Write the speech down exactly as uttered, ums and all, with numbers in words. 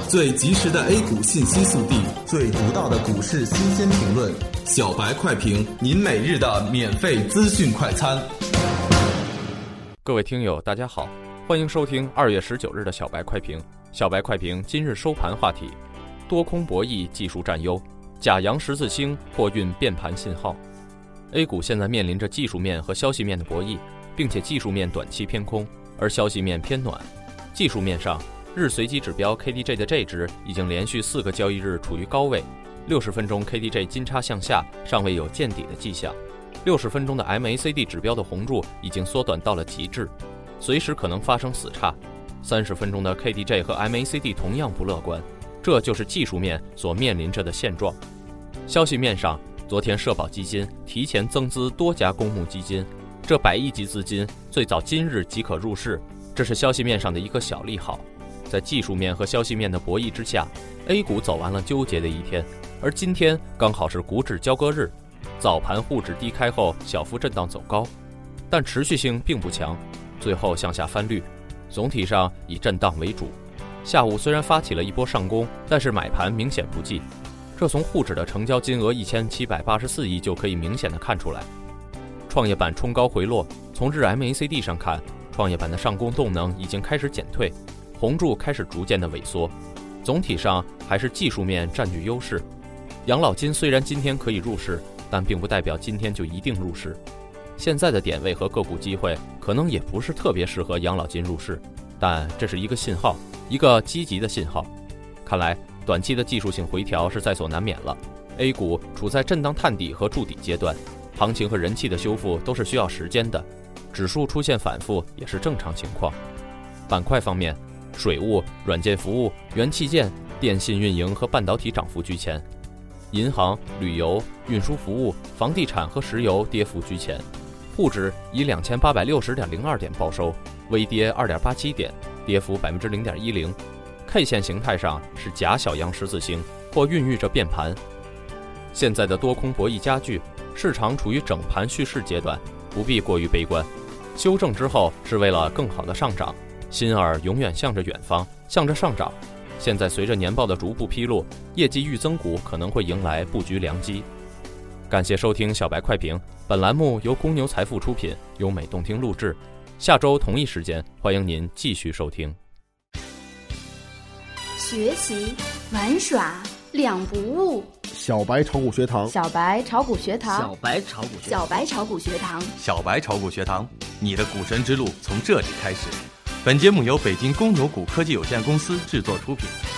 最及时的 A 股信息速递， 最独到的股市新鲜评论， 小白快评，您每日的免费资讯快餐。 各位听友，大家好，欢迎收听二月十九日的小白快评。小白快评今日收盘话题：多空博弈技术占优，假阳十字星或蕴变盘信号。A 股现在面临着技术面和消息面的博弈，并且技术面短期偏空，而消息面偏暖。技术面上，日随机指标 K D J 的 J 值已经连续四个交易日处于高位，六十分钟 K D J 金叉向下，尚未有见底的迹象。六十分钟的 M A C D 指标的红柱已经缩短到了极致，随时可能发生死叉。三十分钟的 K D J 和 M A C D 同样不乐观，这就是技术面所面临着的现状。消息面上，昨天社保基金提前增资多家公募基金，这百亿级资金最早今日即可入市，这是消息面上的一个小利好。在技术面和消息面的博弈之下， A 股走完了纠结的一天，而今天刚好是股指交割日，早盘沪指低开后小幅震荡走高，但持续性并不强，最后向下翻绿，总体上以震荡为主。下午虽然发起了一波上攻，但是买盘明显不济，这从沪指的成交金额一千七百八十四亿就可以明显的看出来。创业板冲高回落，从日 M A C D 上看，创业板的上攻动能已经开始减退，红柱开始逐渐的萎缩，总体上还是技术面占据优势。养老金虽然今天可以入市，但并不代表今天就一定入市。现在的点位和个股机会可能也不是特别适合养老金入市，但这是一个信号，一个积极的信号。看来短期的技术性回调是在所难免了。A 股处在震荡探底和筑底阶段，行情和人气的修复都是需要时间的，指数出现反复也是正常情况。板块方面，水务、软件服务、元器件、电信运营和半导体涨幅居前，银行、旅游、运输服务、房地产和石油跌幅居前。沪指以两千八百六十点零二点报收，微跌二点八七点，跌幅百分之零点一零。K 线形态上是假小阳十字星，或孕育着变盘。现在的多空博弈加剧，市场处于整盘蓄势阶段，不必过于悲观。修正之后是为了更好的上涨，心儿永远向着远方，向着上涨。现在随着年报的逐步披露，业绩预增股可能会迎来布局良机。感谢收听小白快评，本栏目由公牛财富出品，优美动听录制。下周同一时间，欢迎您继续收听。 学习玩耍两不误， 小白炒股学堂， 小白炒股学堂， 小白炒股学堂， 小白炒股学堂， 小白炒股学堂，你的股神之路从这里开始。本节目由北京公牛股科技有限公司制作出品。